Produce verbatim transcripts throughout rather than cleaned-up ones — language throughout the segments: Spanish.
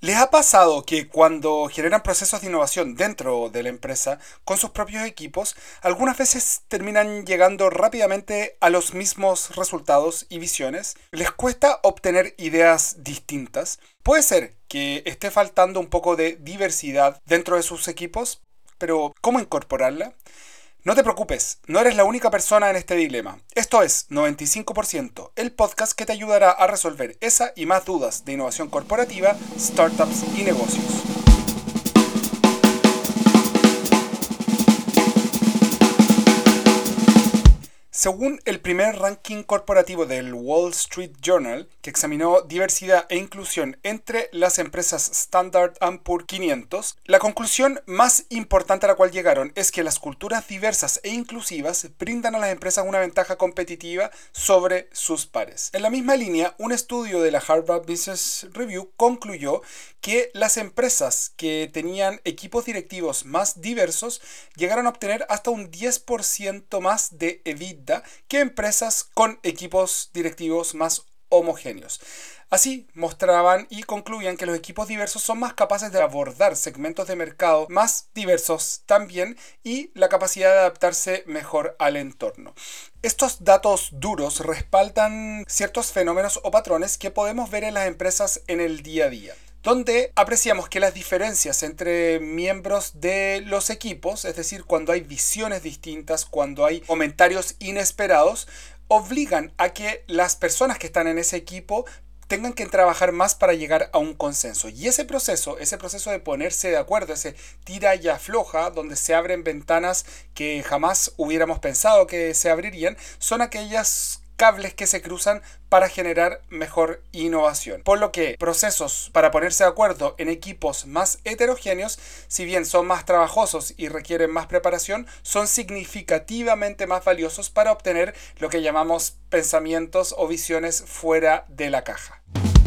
¿Les ha pasado que cuando generan procesos de innovación dentro de la empresa con sus propios equipos, algunas veces terminan llegando rápidamente a los mismos resultados y visiones? ¿Les cuesta obtener ideas distintas? Puede ser que esté faltando un poco de diversidad dentro de sus equipos, pero ¿cómo incorporarla? No te preocupes, no eres la única persona en este dilema. Esto es noventa y cinco por ciento, el podcast que te ayudará a resolver esa y más dudas de innovación corporativa, startups y negocios. Según el primer ranking corporativo del Wall Street Journal, que examinó diversidad e inclusión entre las empresas Standard and Poor's quinientos, la conclusión más importante a la cual llegaron es que las culturas diversas e inclusivas brindan a las empresas una ventaja competitiva sobre sus pares. En la misma línea, un estudio de la Harvard Business Review concluyó que las empresas que tenían equipos directivos más diversos llegaron a obtener hasta un diez por ciento más de EBITDA que empresas con equipos directivos más homogéneos. Así mostraban y concluían que los equipos diversos son más capaces de abordar segmentos de mercado más diversos también y la capacidad de adaptarse mejor al entorno. Estos datos duros respaldan ciertos fenómenos o patrones que podemos ver en las empresas en el día a día, donde apreciamos que las diferencias entre miembros de los equipos, es decir, cuando hay visiones distintas, cuando hay comentarios inesperados, obligan a que las personas que están en ese equipo tengan que trabajar más para llegar a un consenso. Y ese proceso, ese proceso de ponerse de acuerdo, ese tira y afloja, donde se abren ventanas que jamás hubiéramos pensado que se abrirían, son aquellas cables que se cruzan para generar mejor innovación. Por lo que procesos para ponerse de acuerdo en equipos más heterogéneos, si bien son más trabajosos y requieren más preparación, son significativamente más valiosos para obtener lo que llamamos pensamientos o visiones fuera de la caja.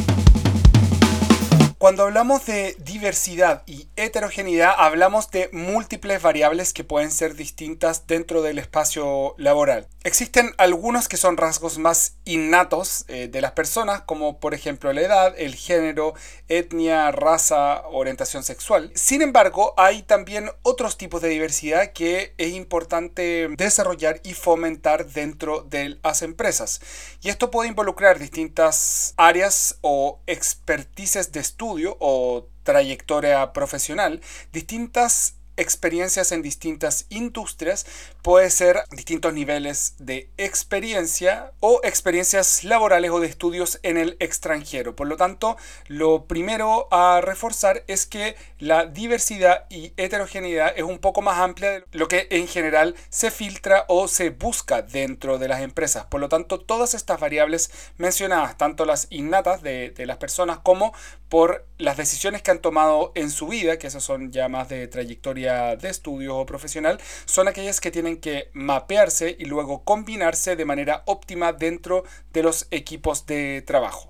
Cuando hablamos de diversidad y heterogeneidad, hablamos de múltiples variables que pueden ser distintas dentro del espacio laboral. Existen algunos que son rasgos más innatos eh, de las personas, como por ejemplo la edad, el género, etnia, raza, orientación sexual. Sin embargo, hay también otros tipos de diversidad que es importante desarrollar y fomentar dentro de las empresas. Y esto puede involucrar distintas áreas o expertices de estudio o trayectoria profesional, distintas experiencias en distintas industrias, puede ser distintos niveles de experiencia o experiencias laborales o de estudios en el extranjero. Por lo tanto, lo primero a reforzar es que la diversidad y heterogeneidad es un poco más amplia de lo que en general se filtra o se busca dentro de las empresas. Por lo tanto, todas estas variables mencionadas, tanto las innatas de, de las personas como por las decisiones que han tomado en su vida, que esas son ya más de trayectoria de estudio o profesional, son aquellas que tienen que mapearse y luego combinarse de manera óptima dentro de los equipos de trabajo.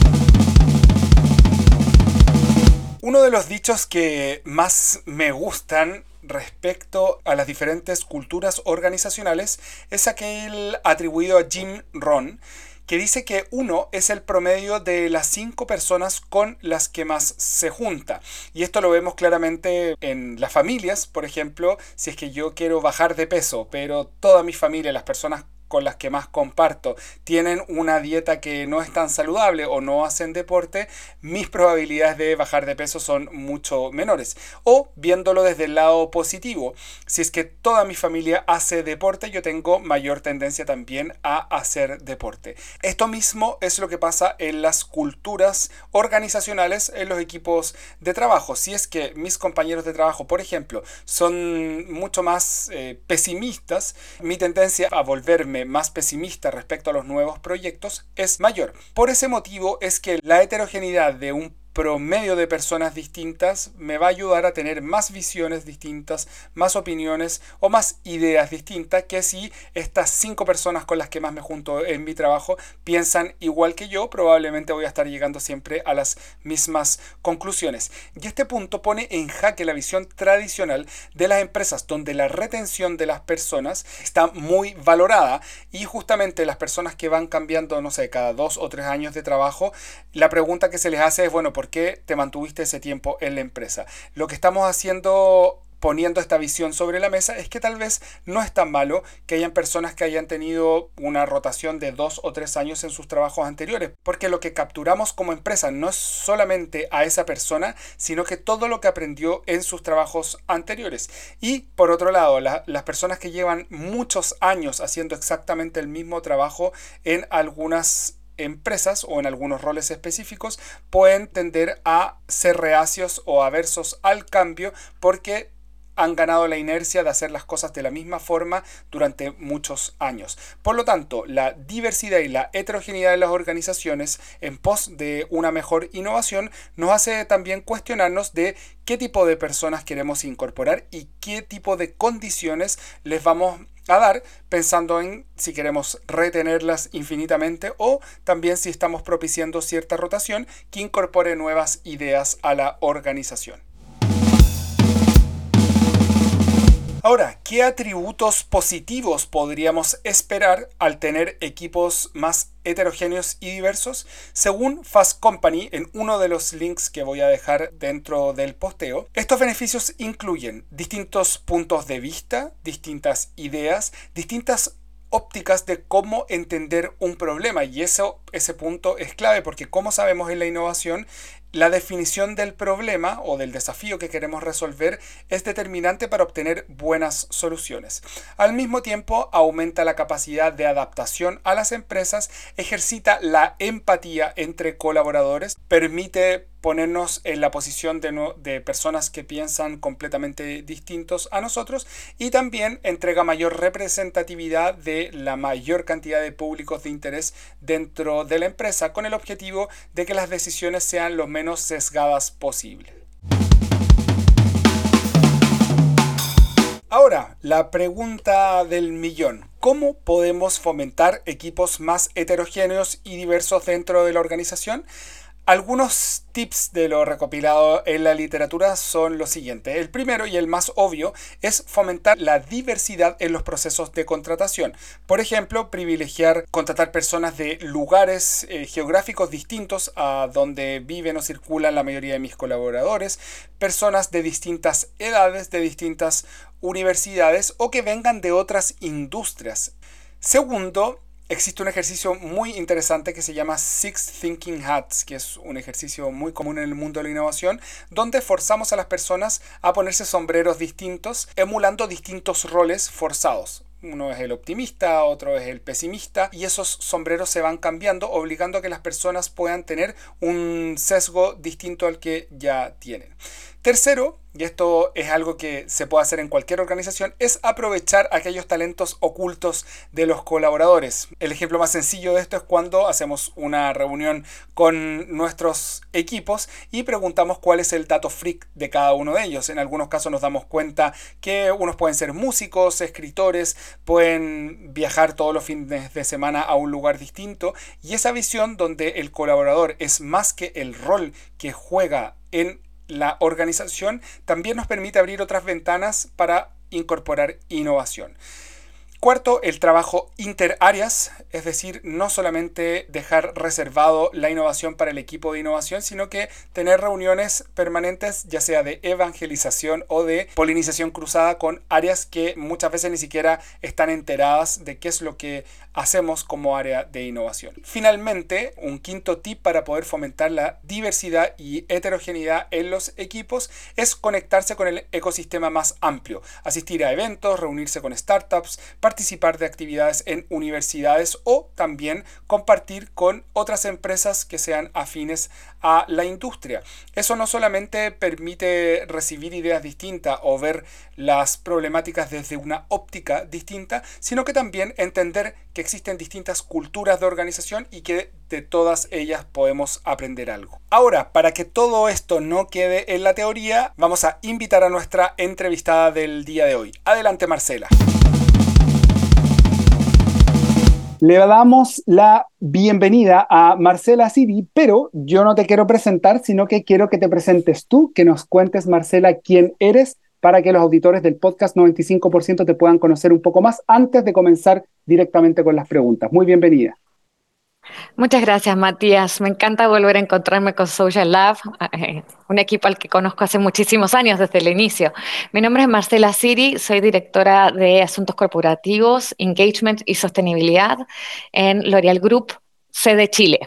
Uno de los dichos que más me gustan respecto a las diferentes culturas organizacionales es aquel atribuido a Jim Rohn, que dice que uno es el promedio de las cinco personas con las que más se junta. Y esto lo vemos claramente en las familias, por ejemplo, si es que yo quiero bajar de peso, pero toda mi familia, las personas con las que más comparto, tienen una dieta que no es tan saludable o no hacen deporte, mis probabilidades de bajar de peso son mucho menores. O viéndolo desde el lado positivo, si es que toda mi familia hace deporte, yo tengo mayor tendencia también a hacer deporte. Esto mismo es lo que pasa en las culturas organizacionales, en los equipos de trabajo. Si es que mis compañeros de trabajo, por ejemplo, son mucho más eh, pesimistas, mi tendencia a volverme más pesimista respecto a los nuevos proyectos es mayor. Por ese motivo es que la heterogeneidad de un promedio de personas distintas me va a ayudar a tener más visiones distintas, más opiniones o más ideas distintas que si estas cinco personas con las que más me junto en mi trabajo piensan igual que yo, probablemente voy a estar llegando siempre a las mismas conclusiones. Y este punto pone en jaque la visión tradicional de las empresas, donde la retención de las personas está muy valorada y justamente las personas que van cambiando, no sé, cada dos o tres años de trabajo, la pregunta que se les hace es, bueno, ¿por porque te mantuviste ese tiempo en la empresa. Lo que estamos haciendo, poniendo esta visión sobre la mesa, es que tal vez no es tan malo que hayan personas que hayan tenido una rotación de dos o tres años en sus trabajos anteriores, porque lo que capturamos como empresa no es solamente a esa persona, sino que todo lo que aprendió en sus trabajos anteriores. Y por otro lado, la, las personas que llevan muchos años haciendo exactamente el mismo trabajo en algunas empresas o en algunos roles específicos pueden tender a ser reacios o aversos al cambio porque han ganado la inercia de hacer las cosas de la misma forma durante muchos años. Por lo tanto, la diversidad y la heterogeneidad de las organizaciones en pos de una mejor innovación nos hace también cuestionarnos de qué tipo de personas queremos incorporar y qué tipo de condiciones les vamos a dar, pensando en si queremos retenerlas infinitamente o también si estamos propiciando cierta rotación que incorpore nuevas ideas a la organización. Ahora, ¿qué atributos positivos podríamos esperar al tener equipos más heterogéneos y diversos? Según Fast Company, en uno de los links que voy a dejar dentro del posteo, estos beneficios incluyen distintos puntos de vista, distintas ideas, distintas ópticas de cómo entender un problema, y eso, ese punto es clave porque como sabemos en la innovación, la definición del problema o del desafío que queremos resolver es determinante para obtener buenas soluciones. Al mismo tiempo, aumenta la capacidad de adaptación a las empresas, ejercita la empatía entre colaboradores, permite ponernos en la posición de, no, de personas que piensan completamente distintos a nosotros y también entrega mayor representatividad de la mayor cantidad de públicos de interés dentro de la empresa con el objetivo de que las decisiones sean lo menos sesgadas posible. Ahora, la pregunta del millón. ¿Cómo podemos fomentar equipos más heterogéneos y diversos dentro de la organización? Algunos tips de lo recopilado en la literatura son los siguientes. El primero y el más obvio es fomentar la diversidad en los procesos de contratación. Por ejemplo, privilegiar contratar personas de lugares eh, geográficos distintos a donde viven o circulan la mayoría de mis colaboradores, personas de distintas edades, de distintas universidades o que vengan de otras industrias. Segundo, existe un ejercicio muy interesante que se llama Six Thinking Hats, que es un ejercicio muy común en el mundo de la innovación, donde forzamos a las personas a ponerse sombreros distintos, emulando distintos roles forzados. Uno es el optimista, otro es el pesimista, y esos sombreros se van cambiando, obligando a que las personas puedan tener un sesgo distinto al que ya tienen. Tercero, y esto es algo que se puede hacer en cualquier organización, es aprovechar aquellos talentos ocultos de los colaboradores. El ejemplo más sencillo de esto es cuando hacemos una reunión con nuestros equipos y preguntamos cuál es el dato freak de cada uno de ellos. En algunos casos nos damos cuenta que unos pueden ser músicos, escritores, pueden viajar todos los fines de semana a un lugar distinto, y esa visión donde el colaborador es más que el rol que juega en la organización también nos permite abrir otras ventanas para incorporar innovación. Cuarto, el trabajo interáreas, es decir, no solamente dejar reservado la innovación para el equipo de innovación, sino que tener reuniones permanentes, ya sea de evangelización o de polinización cruzada con áreas que muchas veces ni siquiera están enteradas de qué es lo que hacemos como área de innovación. Finalmente, un quinto tip para poder fomentar la diversidad y heterogeneidad en los equipos es conectarse con el ecosistema más amplio, asistir a eventos, reunirse con startups, participar de actividades en universidades o también compartir con otras empresas que sean afines a la industria. Eso no solamente permite recibir ideas distintas o ver las problemáticas desde una óptica distinta, sino que también entender que existen distintas culturas de organización y que de todas ellas podemos aprender algo. Ahora, para que todo esto no quede en la teoría, vamos a invitar a nuestra entrevistada del día de hoy. Adelante, Marcela. Le damos la bienvenida a Marcela Ciri, pero yo no te quiero presentar, sino que quiero que te presentes tú, que nos cuentes, Marcela, quién eres, para que los auditores del podcast noventa y cinco por ciento te puedan conocer un poco más antes de comenzar directamente con las preguntas. Muy bienvenida. Muchas gracias, Matías. Me encanta volver a encontrarme con Social Lab, eh, un equipo al que conozco hace muchísimos años, desde el inicio. Mi nombre es Marcela Siri, soy directora de Asuntos Corporativos, Engagement y Sostenibilidad en L'Oréal Group, sede Chile.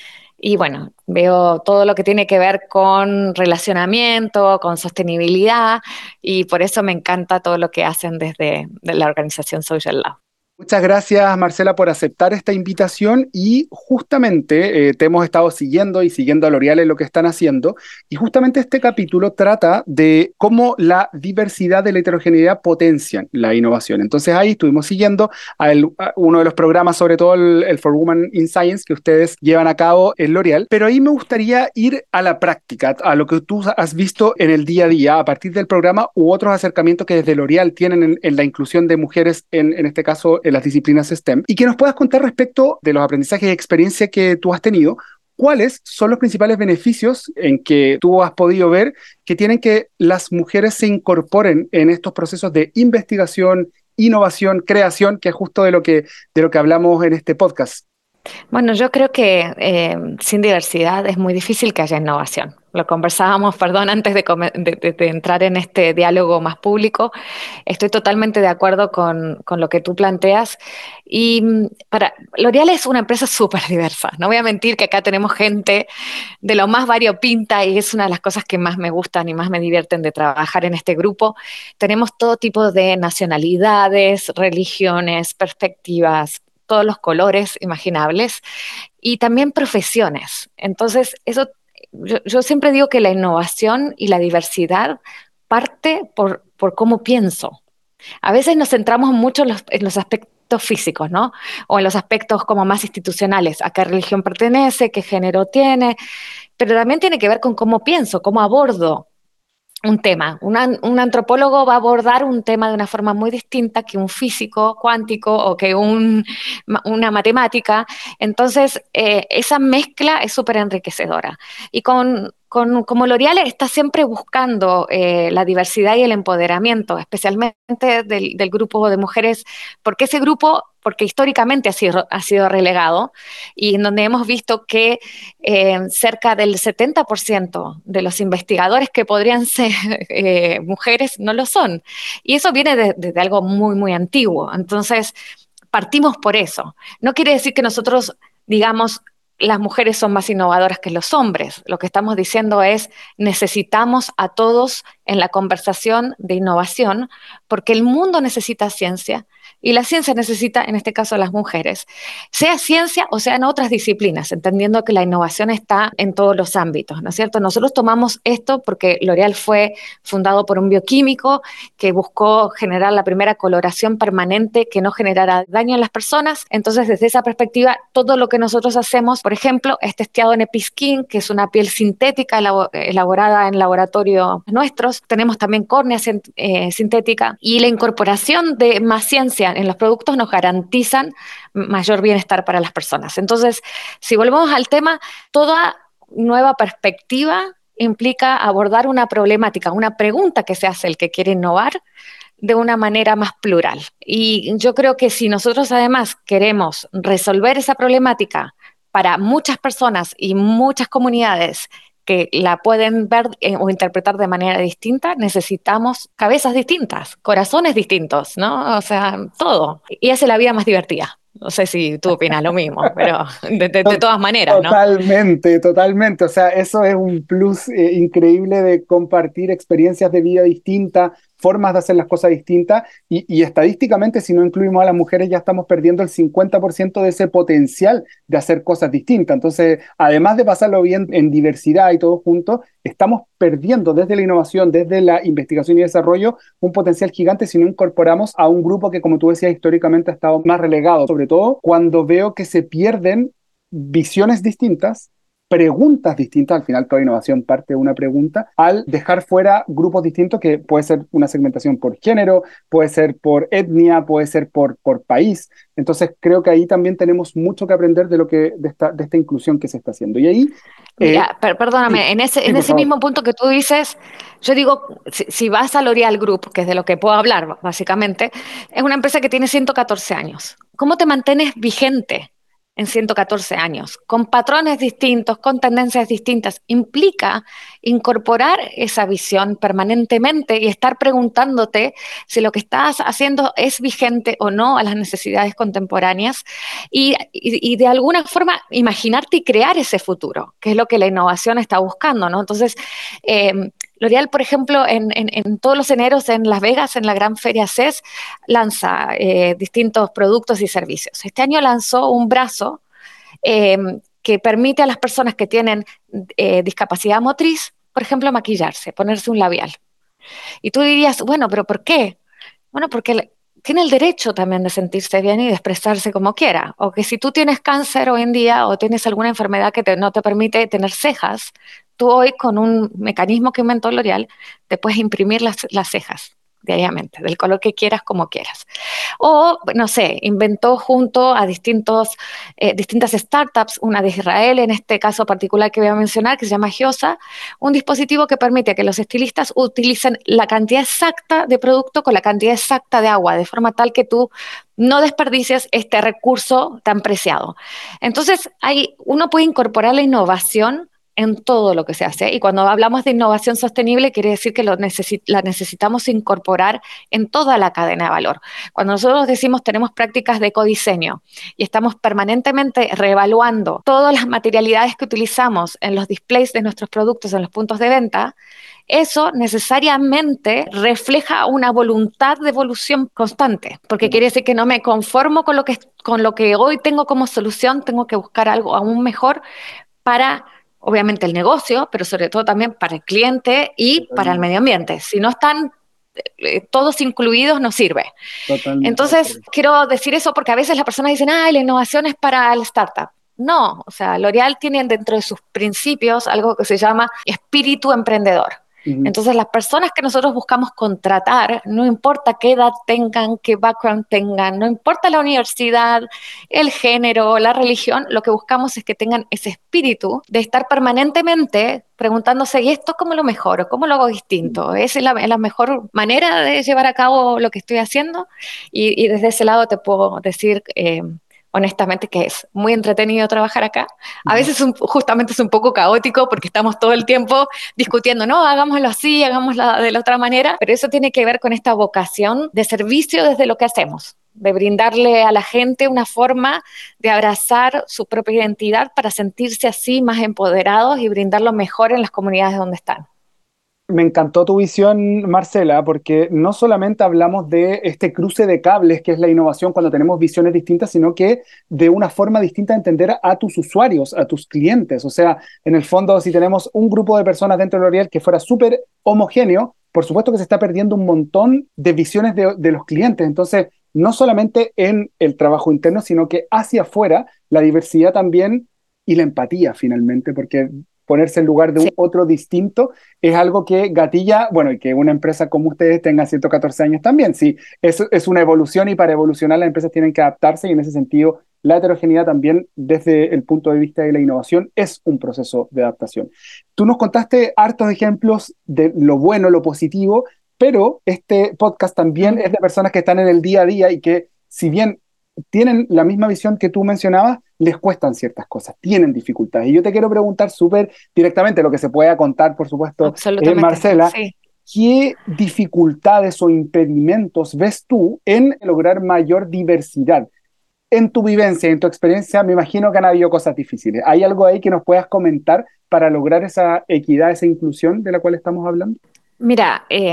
Y bueno, veo todo lo que tiene que ver con relacionamiento, con sostenibilidad, y por eso me encanta todo lo que hacen desde de la organización Social Lab. Muchas gracias, Marcela, por aceptar esta invitación y justamente eh, te hemos estado siguiendo y siguiendo a L'Oréal en lo que están haciendo y justamente este capítulo trata de cómo la diversidad de la heterogeneidad potencian la innovación. Entonces ahí estuvimos siguiendo a, el- a uno de los programas, sobre todo el, el For Women in Science que ustedes llevan a cabo en L'Oréal, pero ahí me gustaría ir a la práctica, a lo que tú has visto en el día a día a partir del programa u otros acercamientos que desde L'Oréal tienen en, en la inclusión de mujeres, en, en este caso en las disciplinas STEM, y que nos puedas contar respecto de los aprendizajes y experiencia que tú has tenido. ¿Cuáles son los principales beneficios en que tú has podido ver que tienen que las mujeres se incorporen en estos procesos de investigación, innovación, creación, que es justo de lo que, de lo que hablamos en este podcast? Bueno, yo creo que eh, sin diversidad es muy difícil que haya innovación. Lo conversábamos, perdón, antes de, come- de- de- de entrar en este diálogo más público. Estoy totalmente de acuerdo con, con lo que tú planteas. Y mm, para L'Oréal es una empresa súper diversa. No voy a mentir que acá tenemos gente de lo más variopinta y es una de las cosas que más me gustan y más me divierten de trabajar en este grupo. Tenemos todo tipo de nacionalidades, religiones, perspectivas, todos los colores imaginables y también profesiones. Entonces, eso, yo, yo siempre digo que la innovación y la diversidad parte por, por cómo pienso. A veces nos centramos mucho en los, en los aspectos físicos, ¿no? O en los aspectos como más institucionales, a qué religión pertenece, qué género tiene, pero también tiene que ver con cómo pienso, cómo abordo un tema. Un, an- un antropólogo va a abordar un tema de una forma muy distinta que un físico cuántico o que un, ma- una matemática. Entonces, eh, esa mezcla es súper enriquecedora. Y con, con, como L'Oréal está siempre buscando eh, la diversidad y el empoderamiento, especialmente del, del grupo de mujeres, porque ese grupo, porque históricamente ha sido, ha sido relegado y en donde hemos visto que eh, cerca del setenta por ciento de los investigadores que podrían ser eh, mujeres no lo son. Y eso viene de, de, de algo muy, muy antiguo. Entonces, partimos por eso. No quiere decir que nosotros digamos las mujeres son más innovadoras que los hombres. Lo que estamos diciendo es necesitamos a todos en la conversación de innovación porque el mundo necesita ciencia y la ciencia necesita, en este caso, a las mujeres, sea ciencia o sea en otras disciplinas, entendiendo que la innovación está en todos los ámbitos, ¿no es cierto? Nosotros tomamos esto porque L'Oréal fue fundado por un bioquímico que buscó generar la primera coloración permanente que no generara daño en las personas. Entonces, desde esa perspectiva, todo lo que nosotros hacemos, por ejemplo, es testeado en Episkin, que es una piel sintética elaborada en laboratorios nuestros. Tenemos también córnea eh, sintética y la incorporación de más ciencia en los productos nos garantizan mayor bienestar para las personas. Entonces, si volvemos al tema, toda nueva perspectiva implica abordar una problemática, una pregunta que se hace el que quiere innovar de una manera más plural. Y yo creo que si nosotros además queremos resolver esa problemática para muchas personas y muchas comunidades que la pueden ver eh, o interpretar de manera distinta, necesitamos cabezas distintas, corazones distintos, ¿no? O sea, todo. Y hace la vida más divertida. No sé si tú opinas lo mismo, pero de, de, de todas maneras, ¿no? Totalmente, totalmente. O sea, eso es un plus eh, increíble de compartir experiencias de vida distintas, formas de hacer las cosas distintas. Y, y estadísticamente, si no incluimos a las mujeres, ya estamos perdiendo el cincuenta por ciento de ese potencial de hacer cosas distintas. Entonces, además de pasarlo bien en diversidad y todos juntos, estamos perdiendo desde la innovación, desde la investigación y desarrollo, un potencial gigante si no incorporamos a un grupo que, como tú decías, históricamente ha estado más relegado. Sobre todo cuando veo que se pierden visiones distintas, preguntas distintas, al final toda innovación parte de una pregunta, al dejar fuera grupos distintos que puede ser una segmentación por género, puede ser por etnia, puede ser por, por país. Entonces creo que ahí también tenemos mucho que aprender de lo que de esta, de esta inclusión que se está haciendo. Y ahí, eh, Mira, per- sí, perdóname, en ese, sí, en por ese favor. mismo punto que tú dices, yo digo, si, si vas a L'Oréal Group, que es de lo que puedo hablar básicamente, es una empresa que tiene ciento catorce años. ¿Cómo te mantienes vigente? en ciento catorce años, con patrones distintos, con tendencias distintas. Implica incorporar esa visión permanentemente y estar preguntándote si lo que estás haciendo es vigente o no a las necesidades contemporáneas y, y, y de alguna forma imaginarte y crear ese futuro, que es lo que la innovación está buscando, ¿no? Entonces, eh, L'Oréal, por ejemplo, en, en, en, todos los eneros en Las Vegas, en la gran feria C E S, lanza eh, distintos productos y servicios. Este año lanzó un brazo eh, que permite a las personas que tienen eh, discapacidad motriz, por ejemplo, maquillarse, ponerse un labial. Y tú dirías, bueno, ¿pero por qué? Bueno, porque tiene el derecho también de sentirse bien y de expresarse como quiera. O que si tú tienes cáncer hoy en día o tienes alguna enfermedad que te, no te permite tener cejas, tú hoy con un mecanismo que inventó L'Oréal te puedes imprimir las, las cejas diariamente, del color que quieras, como quieras. O, no sé, inventó junto a distintos, eh, distintas startups, una de Israel, en este caso particular que voy a mencionar, que se llama Giosa, un dispositivo que permite que los estilistas utilicen la cantidad exacta de producto con la cantidad exacta de agua, de forma tal que tú no desperdicies este recurso tan preciado. Entonces, hay, uno puede incorporar la innovación en todo lo que se hace. Y cuando hablamos de innovación sostenible, quiere decir que lo necesi- la necesitamos incorporar en toda la cadena de valor. Cuando nosotros decimos tenemos prácticas de ecodiseño y estamos permanentemente reevaluando todas las materialidades que utilizamos en los displays de nuestros productos en los puntos de venta, eso necesariamente refleja una voluntad de evolución constante, porque quiere decir que no me conformo con lo que, con lo que hoy tengo como solución, tengo que buscar algo aún mejor para, obviamente, el negocio, pero sobre todo también para el cliente y para el Totalmente, medio ambiente. Si no están eh, todos incluidos, no sirve. totalmente de Entonces, acuerdo. quiero decir eso porque a veces las personas dicen, ah, la innovación es para el startup. No, o sea, L'Oréal tiene dentro de sus principios algo que se llama espíritu emprendedor. Ujú. Entonces, las personas que nosotros buscamos contratar, no importa qué edad tengan, qué background tengan, no importa la universidad, el género, la religión, lo que buscamos es que tengan ese espíritu de estar permanentemente preguntándose, ¿y esto cómo lo mejoro? ¿Cómo lo hago distinto? ¿Es la, la mejor manera de llevar a cabo lo que estoy haciendo? Y, y desde ese lado te puedo decir eh, honestamente que es muy entretenido trabajar acá. A Ujú. veces un, justamente es un poco caótico porque estamos todo el tiempo discutiendo, no, hagámoslo así, hagámoslo de la otra manera, pero eso tiene que ver con esta vocación de servicio desde lo que hacemos, de brindarle a la gente una forma de abrazar su propia identidad para sentirse así más empoderados y brindarlo mejor en las comunidades donde están. Me encantó tu visión, Marcela, porque no solamente hablamos de este cruce de cables, que es la innovación cuando tenemos visiones distintas, sino que de una forma distinta de entender a tus usuarios, a tus clientes. O sea, en el fondo, si tenemos un grupo de personas dentro de L'Oréal que fuera súper homogéneo, por supuesto que se está perdiendo un montón de visiones de, de los clientes. Entonces, no solamente en el trabajo interno, sino que hacia afuera, la diversidad también y la empatía finalmente, porque ponerse en lugar de Sí. un otro distinto es algo que gatilla, bueno, y que una empresa como ustedes tenga ciento catorce años también. Sí, es, es una evolución y para evolucionar las empresas tienen que adaptarse y en ese sentido la heterogeneidad también desde el punto de vista de la innovación es un proceso de adaptación. Tú nos contaste hartos ejemplos de lo bueno, lo positivo, pero este podcast también Ujú. es de personas que están en el día a día y que si bien tienen la misma visión que tú mencionabas, les cuestan ciertas cosas, tienen dificultades. Y yo te quiero preguntar súper directamente, lo que se pueda contar, por supuesto, eh, Absolutamente, Marcela, sí. ¿qué dificultades o impedimentos ves tú en lograr mayor diversidad? En tu vivencia, en tu experiencia, me imagino que han habido cosas difíciles. ¿Hay algo ahí que nos puedas comentar para lograr esa equidad, esa inclusión de la cual estamos hablando? Mira, eh,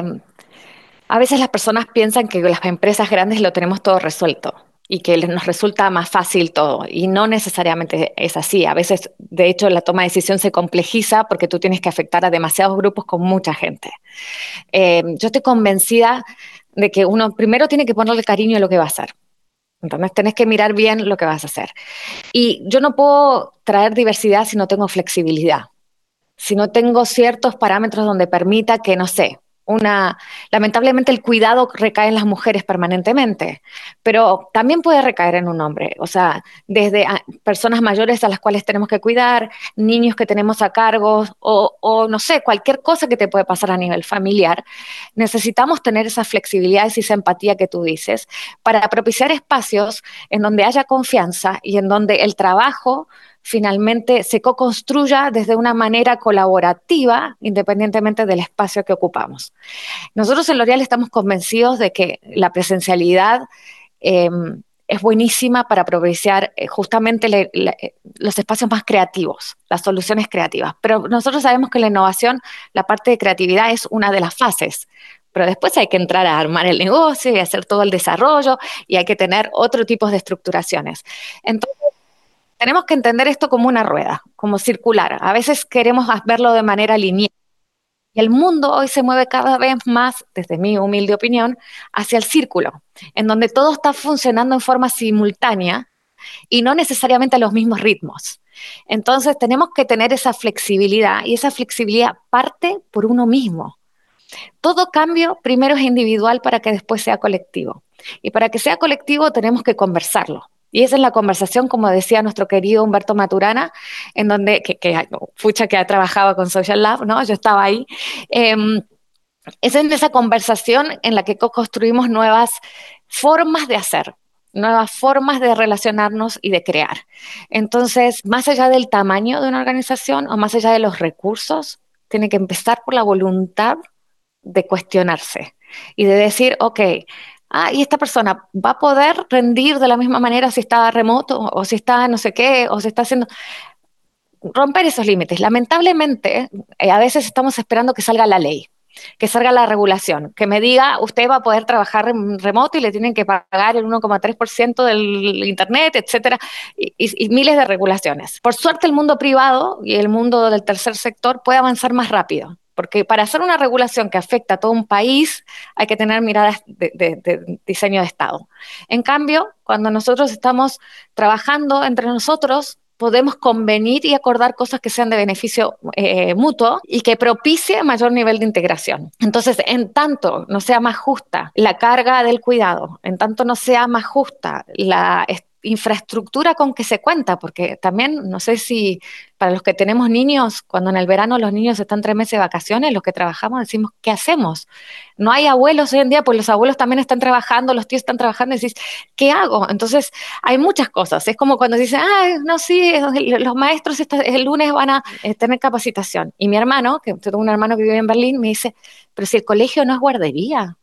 a veces las personas piensan que las empresas grandes lo tenemos todo resuelto y que les- nos resulta más fácil todo. Y no necesariamente es así. A veces, de hecho, la toma de decisión se complejiza porque tú tienes que afectar a demasiados grupos con mucha gente. Eh, yo estoy convencida de que uno primero tiene que ponerle cariño a lo que va a hacer. Entonces, tenés que mirar bien lo que vas a hacer. Y yo no puedo traer diversidad si no tengo flexibilidad, si no tengo ciertos parámetros donde permita que, no sé, una, lamentablemente el cuidado recae en las mujeres permanentemente, pero también puede recaer en un hombre, o sea, desde a, personas mayores a las cuales tenemos que cuidar, niños que tenemos a cargo, o, o no sé, cualquier cosa que te puede pasar a nivel familiar, necesitamos tener esas flexibilidades y esa empatía que tú dices para propiciar espacios en donde haya confianza y en donde el trabajo finalmente se co-construya desde una manera colaborativa, independientemente del espacio que ocupamos. Nosotros en L'Oréal estamos convencidos de que la presencialidad eh, es buenísima para propiciar eh, justamente le, le, los espacios más creativos, las soluciones creativas. Pero nosotros sabemos que la innovación, la parte de creatividad es una de las fases. Pero después hay que entrar a armar el negocio y hacer todo el desarrollo y hay que tener otro tipo de estructuraciones. Entonces, tenemos que entender esto como una rueda, como circular. A veces queremos verlo de manera lineal. Y el mundo hoy se mueve cada vez más, desde mi humilde opinión, hacia el círculo, en donde todo está funcionando en forma simultánea y no necesariamente a los mismos ritmos. Entonces tenemos que tener esa flexibilidad y esa flexibilidad parte por uno mismo. Todo cambio primero es individual para que después sea colectivo. Y para que sea colectivo tenemos que conversarlo. Y esa es la conversación, como decía nuestro querido Humberto Maturana, en donde, que, que fucha que ha trabajado con Social Lab, ¿no? Yo estaba ahí. Eh, es en esa conversación en la que co-construimos nuevas formas de hacer, nuevas formas de relacionarnos y de crear. Entonces, más allá del tamaño de una organización o más allá de los recursos, tiene que empezar por la voluntad de cuestionarse y de decir, ok, ah, y esta persona va a poder rendir de la misma manera si está remoto o si está no sé qué o si está haciendo... Romper esos límites. Lamentablemente, eh, a veces estamos esperando que salga la ley, que salga la regulación, que me diga usted va a poder trabajar en remoto y le tienen que pagar el uno coma tres por ciento del internet, etcétera, y, y, y miles de regulaciones. Por suerte el mundo privado y el mundo del tercer sector puede avanzar más rápido, porque para hacer una regulación que afecta a todo un país hay que tener miradas de, de, de diseño de Estado. En cambio, cuando nosotros estamos trabajando entre nosotros, podemos convenir y acordar cosas que sean de beneficio eh, mutuo y que propicie mayor nivel de integración. Entonces, en tanto no sea más justa la carga del cuidado, en tanto no sea más justa la infraestructura con que se cuenta, porque también, no sé si para los que tenemos niños, cuando en el verano los niños están tres meses de vacaciones, los que trabajamos decimos, ¿qué hacemos? No hay abuelos hoy en día, pues los abuelos también están trabajando, los tíos están trabajando, y decís, ¿qué hago? Entonces, hay muchas cosas. Es como cuando dicen, ah, no, sí, los maestros esta, el lunes van a eh, tener capacitación. Y mi hermano, que tengo un hermano que vive en Berlín, me dice, pero si el colegio no es guardería.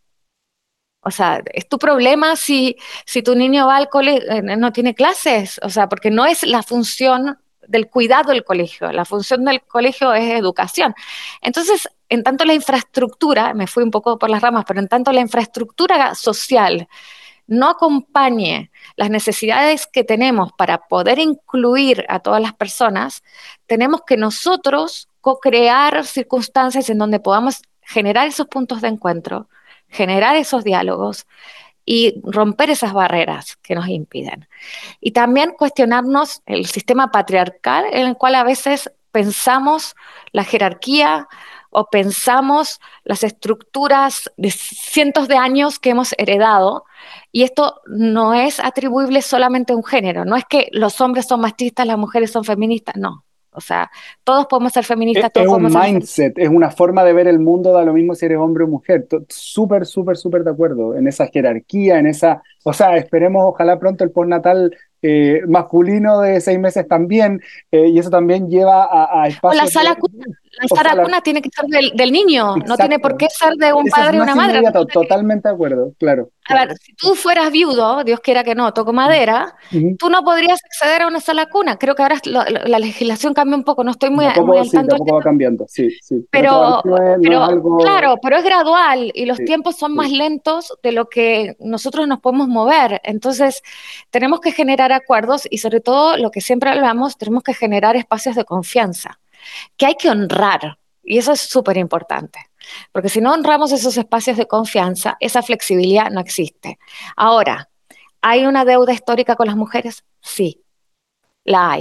O sea, es tu problema si, si tu niño va al colegio, eh, no tiene clases, o sea, porque no es la función del cuidado del colegio, la función del colegio es educación. Entonces, en tanto la infraestructura, me fui un poco por las ramas, pero en tanto la infraestructura social no acompañe las necesidades que tenemos para poder incluir a todas las personas, tenemos que nosotros co-crear circunstancias en donde podamos generar esos puntos de encuentro, generar esos diálogos y romper esas barreras que nos impiden. Y también cuestionarnos el sistema patriarcal en el cual a veces pensamos la jerarquía o pensamos las estructuras de cientos de años que hemos heredado, y esto no es atribuible solamente a un género, no es que los hombres son machistas, las mujeres son feministas, no. O sea, todos podemos ser Es, feministas, es todos un podemos ser... mindset, es una forma de ver el mundo, da lo mismo si eres hombre o mujer. To- Súper, súper, súper de acuerdo en esa jerarquía, en esa... O sea, esperemos, ojalá pronto el postnatal eh, masculino de seis meses también, eh, y eso también lleva a, a O la espacios sala de... cuna, la O sea, sala la- cuna tiene que ser del, del niño, no tiene por exacto. qué ser de un Ese es padre y una más madre. inmediato, totalmente de acuerdo, claro, A claro. ver, si tú fueras viudo, Dios quiera que no, toco madera, Ujú. tú no podrías acceder a una sala cuna. Creo que ahora lo- lo- la legislación cambia un poco, no estoy De muy, a muy poco, al sí, de tanto a del poco va tema, cambiando, sí, sí, pero todavía pero, no es, no es pero algo... claro, pero es gradual y los Sí, tiempos son más sí. lentos de lo que nosotros nos podemos mover. Entonces, tenemos que generar acuerdos y sobre todo, lo que siempre hablamos, tenemos que generar espacios de confianza que hay que honrar. Y eso es súper importante, porque si no honramos esos espacios de confianza, esa flexibilidad no existe. Ahora, ¿hay una deuda histórica con las mujeres? Sí, la hay.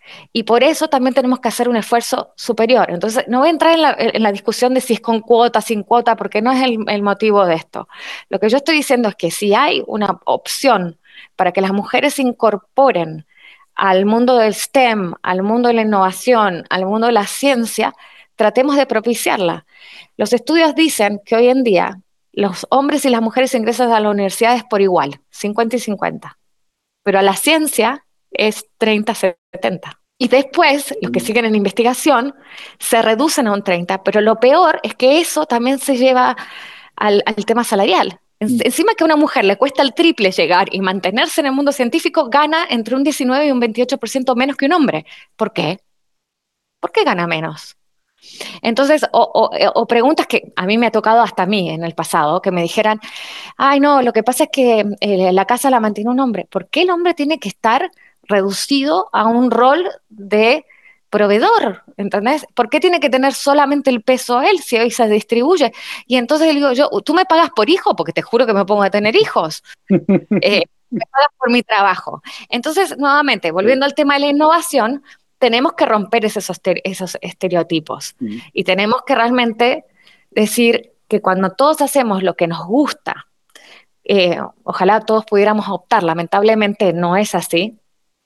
Y por eso también tenemos que hacer un esfuerzo superior. Entonces, no voy a entrar en la, en la discusión de si es con cuota, sin cuota, porque no es el, el motivo de esto. Lo que yo estoy diciendo es que si hay una opción para que las mujeres se incorporen al mundo del STEM, al mundo de la innovación, al mundo de la ciencia, tratemos de propiciarla. Los estudios dicen que hoy en día los hombres y las mujeres ingresan a las universidades por igual, cincuenta y cincuenta, pero a la ciencia es treinta setenta. Y después, los que siguen en investigación se reducen a un treinta, pero lo peor es que eso también se lleva al, al tema salarial. En, encima que a una mujer le cuesta el triple llegar y mantenerse en el mundo científico, gana entre un diecinueve y un veintiocho por ciento menos que un hombre. ¿Por qué? ¿Por qué gana menos? Entonces, o, o, o preguntas que a mí me ha tocado hasta a mí en el pasado, que me dijeran, ay, no, lo que pasa es que eh, la casa la mantiene un hombre. ¿Por qué el hombre tiene que estar reducido a un rol de proveedor? ¿Entendés? ¿Por qué tiene que tener solamente el peso él si hoy se distribuye? Y entonces le digo yo, ¿tú me pagas por hijo? Porque te juro que me pongo a tener hijos. Eh, me pagas por mi trabajo. Entonces, nuevamente, volviendo al tema de la innovación, tenemos que romper esos, esos estereotipos y tenemos que realmente decir que cuando todos hacemos lo que nos gusta, eh, ojalá todos pudiéramos optar, lamentablemente no es así,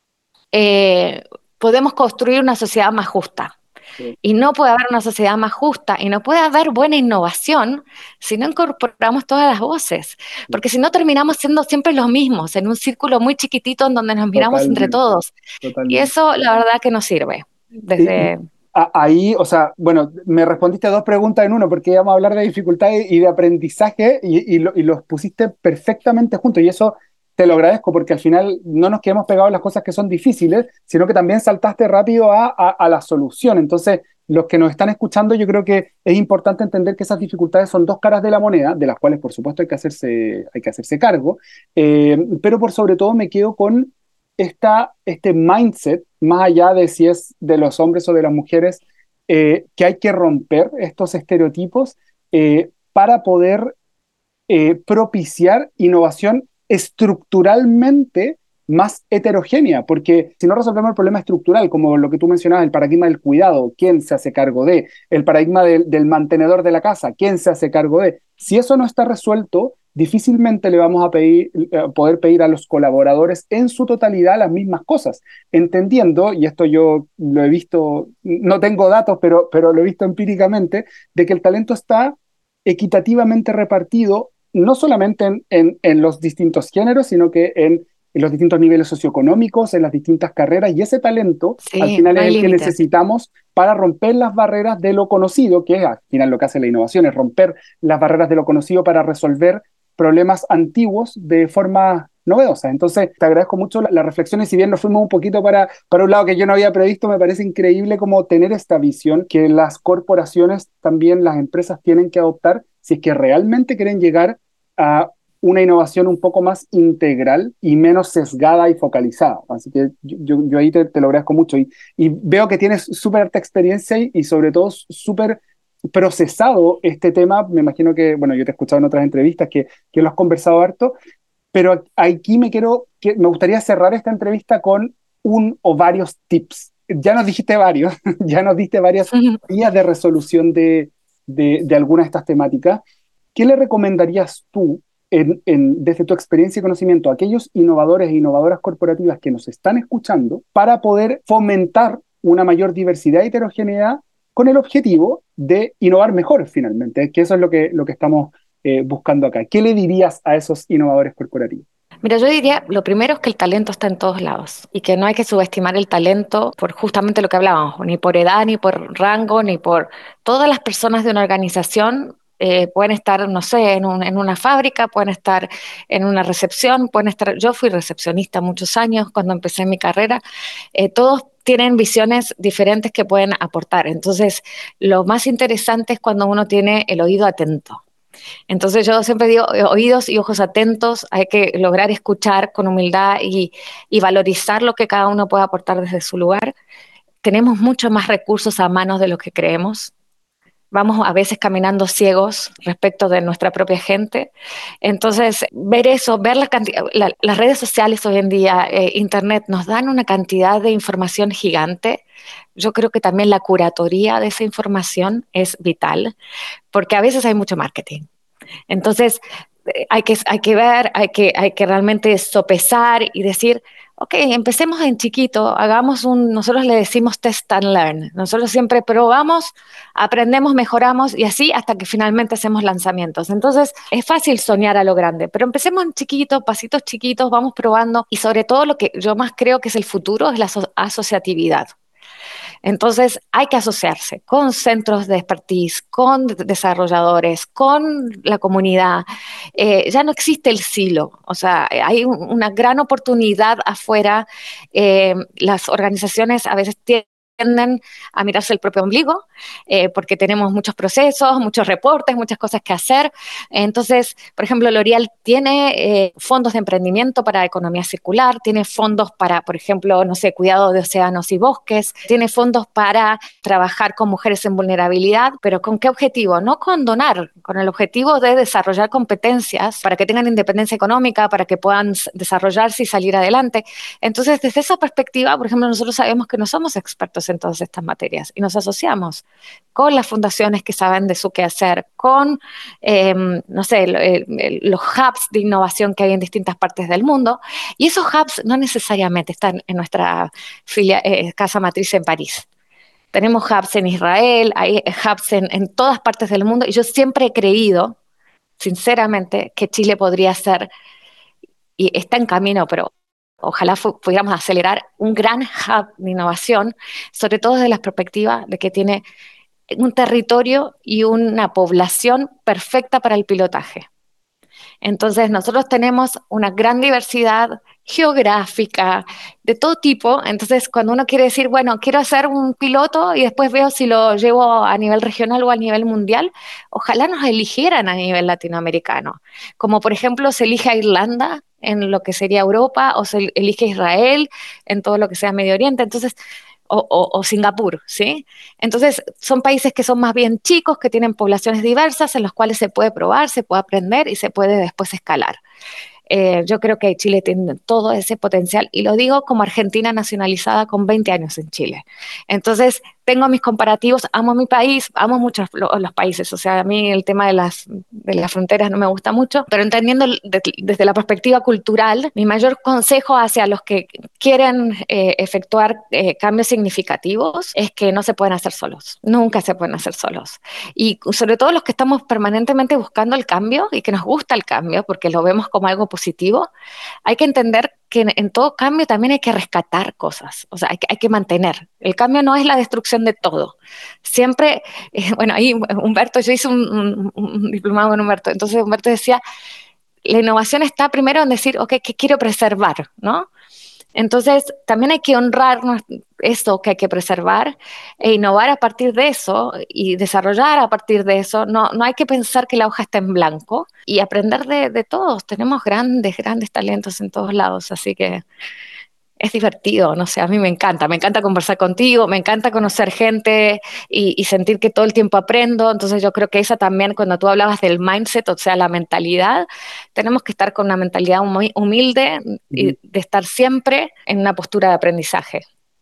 eh, podemos construir una sociedad más justa. Sí. Y no puede haber una sociedad más justa y no puede haber buena innovación si no incorporamos todas las voces, porque si no terminamos siendo siempre los mismos, en un círculo muy chiquitito en donde nos miramos totalmente, entre todos. Totalmente. Y eso la verdad que no sirve. Desde... Y, ahí, o sea, bueno, me respondiste a dos preguntas en uno, porque íbamos a hablar de dificultades y de aprendizaje y, y, lo, y los pusiste perfectamente juntos, y eso te lo agradezco, porque al final no nos quedamos pegados en las cosas que son difíciles, sino que también saltaste rápido a, a, a la solución. Entonces, los que nos están escuchando, yo creo que es importante entender que esas dificultades son dos caras de la moneda, de las cuales, por supuesto, hay que hacerse, hay que hacerse cargo, eh, pero por sobre todo me quedo con esta, este mindset, más allá de si es de los hombres o de las mujeres, eh, que hay que romper estos estereotipos eh, para poder eh, propiciar innovación estructuralmente más heterogénea, porque si no resolvemos el problema estructural, como lo que tú mencionabas, el paradigma del cuidado, ¿quién se hace cargo de? El paradigma del, del mantenedor de la casa, ¿quién se hace cargo de? Si eso no está resuelto, difícilmente le vamos a pedir, eh, poder pedir a los colaboradores en su totalidad las mismas cosas, entendiendo, y esto yo lo he visto, no tengo datos, pero, pero lo he visto empíricamente, de que el talento está equitativamente repartido, no solamente en, en, en los distintos géneros, sino que en, en los distintos niveles socioeconómicos, en las distintas carreras, y ese talento sí, al final no es el límite que necesitamos para romper las barreras de lo conocido, que es al final lo que hace la innovación, es romper las barreras de lo conocido para resolver problemas antiguos de forma novedosa. Entonces, te agradezco mucho las la reflexiones, si bien nos fuimos un poquito para, para un lado que yo no había previsto, me parece increíble como tener esta visión que las corporaciones, también las empresas tienen que adoptar si es que realmente quieren llegar a una innovación un poco más integral y menos sesgada y focalizada. Así que yo, yo, yo ahí te, te lo agradezco mucho. Y, y veo que tienes súper alta experiencia y, y sobre todo súper procesado este tema. Me imagino que, bueno, yo te he escuchado en otras entrevistas que, que lo has conversado harto, pero aquí me quiero, que, me gustaría cerrar esta entrevista con un o varios tips. Ya nos dijiste varios, ya nos diste varias vías de resolución de, de, de algunas de estas temáticas. ¿Qué le recomendarías tú, en, en, desde tu experiencia y conocimiento, a aquellos innovadores e innovadoras corporativas que nos están escuchando para poder fomentar una mayor diversidad y heterogeneidad con el objetivo de innovar mejor finalmente? Que eso es lo que, lo que estamos eh, buscando acá. ¿Qué le dirías a esos innovadores corporativos? Mira, yo diría, lo primero es que el talento está en todos lados y que no hay que subestimar el talento por justamente lo que hablábamos, ni por edad, ni por rango, ni por todas las personas de una organización. Eh, pueden estar, no sé, en, un, en una fábrica, pueden estar en una recepción, pueden estar, yo fui recepcionista muchos años cuando empecé mi carrera, eh, todos tienen visiones diferentes que pueden aportar. Entonces, lo más interesante es cuando uno tiene el oído atento. Entonces yo siempre digo, oídos y ojos atentos, hay que lograr escuchar con humildad y, y valorizar lo que cada uno puede aportar desde su lugar. Tenemos muchos más recursos a manos de lo que creemos. vamos a veces caminando ciegos respecto de nuestra propia gente. Entonces, ver eso, ver la cantidad, la, las redes sociales hoy en día, eh, Internet, nos dan una cantidad de información gigante. Yo creo que también la curatoría de esa información es vital, porque a veces hay mucho marketing. Entonces, eh, hay que, hay que ver, hay que, hay que realmente sopesar y decir, ok, empecemos en chiquito, hagamos un, nosotros le decimos test and learn. Nosotros siempre probamos, aprendemos, mejoramos y así hasta que finalmente hacemos lanzamientos. Entonces, es fácil soñar a lo grande, pero empecemos en chiquito, pasitos chiquitos, vamos probando y sobre todo lo que yo más creo que es el futuro es la aso- asociatividad. Entonces, hay que asociarse con centros de expertise, con desarrolladores, con la comunidad. Eh, ya no existe el silo, o sea, hay una gran oportunidad afuera. Eh, las organizaciones a veces tienen tienden a mirarse el propio ombligo, eh, porque tenemos muchos procesos, muchos reportes, muchas cosas que hacer. Entonces, por ejemplo, L'Oréal tiene eh, fondos de emprendimiento para economía circular, tiene fondos para, por ejemplo, no sé, cuidado de océanos y bosques, tiene fondos para trabajar con mujeres en vulnerabilidad, pero ¿con qué objetivo? No con donar, con el objetivo de desarrollar competencias para que tengan independencia económica, para que puedan desarrollarse y salir adelante. Entonces, desde esa perspectiva, por ejemplo, nosotros sabemos que no somos expertos en todas estas materias y nos asociamos con las fundaciones que saben de su quehacer, con, eh, no sé, el, el, los hubs de innovación que hay en distintas partes del mundo, y esos hubs no necesariamente están en nuestra filia, eh, casa matriz en París. Tenemos hubs en Israel, hay hubs en, en todas partes del mundo, y yo siempre he creído, sinceramente, que Chile podría ser, y está en camino, pero ojalá pudiéramos acelerar un gran hub de innovación, sobre todo desde la perspectiva de que tiene un territorio y una población perfecta para el pilotaje. Entonces, nosotros tenemos una gran diversidad geográfica, de todo tipo. Entonces, cuando uno quiere decir, bueno, quiero hacer un piloto y después veo si lo llevo a nivel regional o a nivel mundial, ojalá nos eligieran a nivel latinoamericano. Como por ejemplo, se elige a Irlanda en lo que sería Europa o se elige a Israel en todo lo que sea Medio Oriente. Entonces, o, o, o, Singapur, ¿sí? Entonces, son países que son más bien chicos, que tienen poblaciones diversas, en los cuales se puede probar, se puede aprender y se puede después escalar. Eh, yo creo que Chile tiene todo ese potencial y lo digo como argentina nacionalizada con veinte años en Chile. Entonces, tengo mis comparativos, amo mi país, amo muchos los países, o sea, a mí el tema de las, de las fronteras no me gusta mucho, pero entendiendo de, desde la perspectiva cultural, mi mayor consejo hacia los que quieren eh, efectuar eh, cambios significativos es que no se pueden hacer solos, nunca se pueden hacer solos. Y sobre todo los que estamos permanentemente buscando el cambio y que nos gusta el cambio, porque lo vemos como algo positivo, hay que entender que en, en todo cambio también hay que rescatar cosas, o sea, hay que, hay que mantener. El cambio no es la destrucción de todo. Siempre, eh, bueno, ahí Humberto, yo hice un, un, un diplomado con Humberto, entonces Humberto decía, la innovación está primero en decir, ok, ¿qué quiero preservar? ¿No? Entonces, también hay que honrar eso que hay que preservar e innovar a partir de eso y desarrollar a partir de eso. No, no hay que pensar que la hoja está en blanco y aprender de, de todos. Tenemos grandes, grandes talentos en todos lados, así que es divertido, no sé, a mí me encanta, me encanta conversar contigo, me encanta conocer gente y, y sentir que todo el tiempo aprendo. Entonces yo creo que esa también, cuando tú hablabas del mindset, o sea, la mentalidad, tenemos que estar con una mentalidad muy humilde y de estar siempre en una postura de aprendizaje.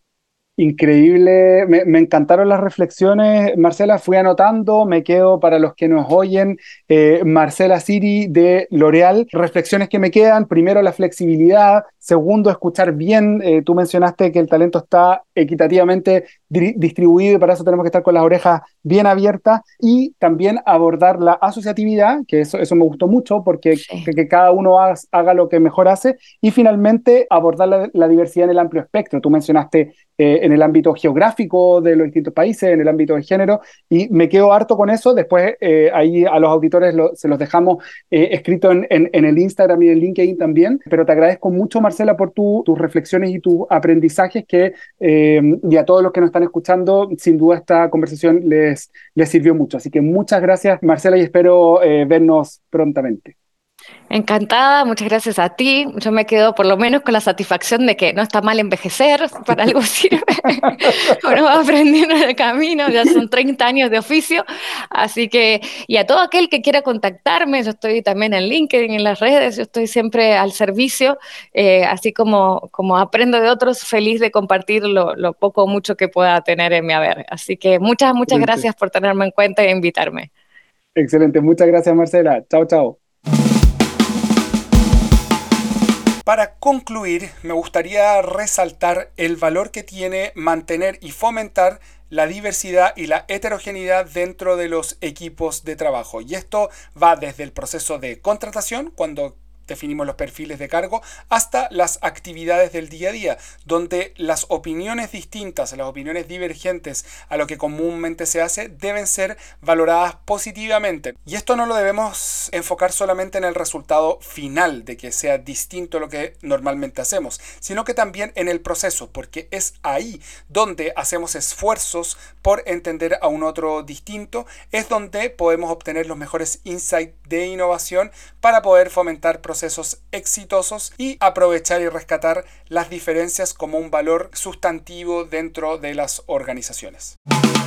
Increíble, me, me encantaron las reflexiones, Marcela, fui anotando, me quedo para los que nos oyen, eh, Marcela Siri de L'Oréal, reflexiones que me quedan, primero la flexibilidad, segundo escuchar bien, eh, tú mencionaste que el talento está equitativamente di distribuido y para eso tenemos que estar con las orejas bien abiertas y también abordar la asociatividad, que eso, eso me gustó mucho porque Sí. que, que cada uno haga, haga lo que mejor hace y finalmente abordar la, la diversidad en el amplio espectro, tú mencionaste eh, en el ámbito geográfico de los distintos países, en el ámbito de género, y me quedo harto con eso. Después eh, ahí a los auditores lo, se los dejamos eh, escrito en, en, en el Instagram y en LinkedIn también, pero te agradezco mucho, Marcela, por tu, tus reflexiones y tus aprendizajes que, eh, y a todos los que nos están escuchando, sin duda esta conversación les, les sirvió mucho. Así que muchas gracias, Marcela, y espero eh, vernos prontamente. Encantada, muchas gracias a ti. Yo me quedo por lo menos con la satisfacción de que no está mal envejecer, para algo sirve. Uno va aprendiendo en el camino, ya son treinta años de oficio. Así que, y a todo aquel que quiera contactarme, yo estoy también en LinkedIn, en las redes, yo estoy siempre al servicio, eh, así como, como aprendo de otros, feliz de compartir lo, lo poco o mucho que pueda tener en mi haber. Así que muchas, muchas Excelente. gracias por tenerme en cuenta e invitarme. Excelente. Muchas gracias, Marcela. Chao, chao. Para concluir, me gustaría resaltar el valor que tiene mantener y fomentar la diversidad y la heterogeneidad dentro de los equipos de trabajo. Y esto va desde el proceso de contratación, cuando definimos los perfiles de cargo, hasta las actividades del día a día, donde las opiniones distintas, las opiniones divergentes a lo que comúnmente se hace, deben ser valoradas positivamente. Y esto no lo debemos enfocar solamente en el resultado final, de que sea distinto a lo que normalmente hacemos, sino que también en el proceso, porque es ahí donde hacemos esfuerzos por entender a un otro distinto, es donde podemos obtener los mejores insights de innovación para poder fomentar procesos procesos exitosos y aprovechar y rescatar las diferencias como un valor sustantivo dentro de las organizaciones.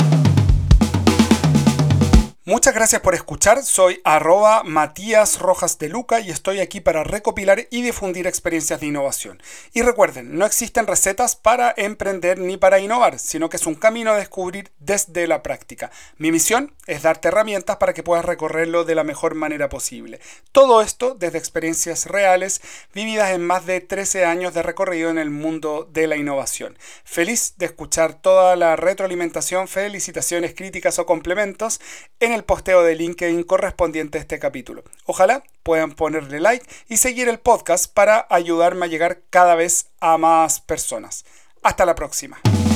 Muchas gracias por escuchar, soy arroba Matías Rojas de Luca y estoy aquí para recopilar y difundir experiencias de innovación. Y recuerden, no existen recetas para emprender ni para innovar, sino que es un camino a descubrir desde la práctica. Mi misión es darte herramientas para que puedas recorrerlo de la mejor manera posible. Todo esto desde experiencias reales vividas en más de trece años de recorrido en el mundo de la innovación. Feliz de escuchar toda la retroalimentación, felicitaciones, críticas o complementos en el posteo de LinkedIn correspondiente a este capítulo. Ojalá puedan ponerle like y seguir el podcast para ayudarme a llegar cada vez a más personas. Hasta la próxima.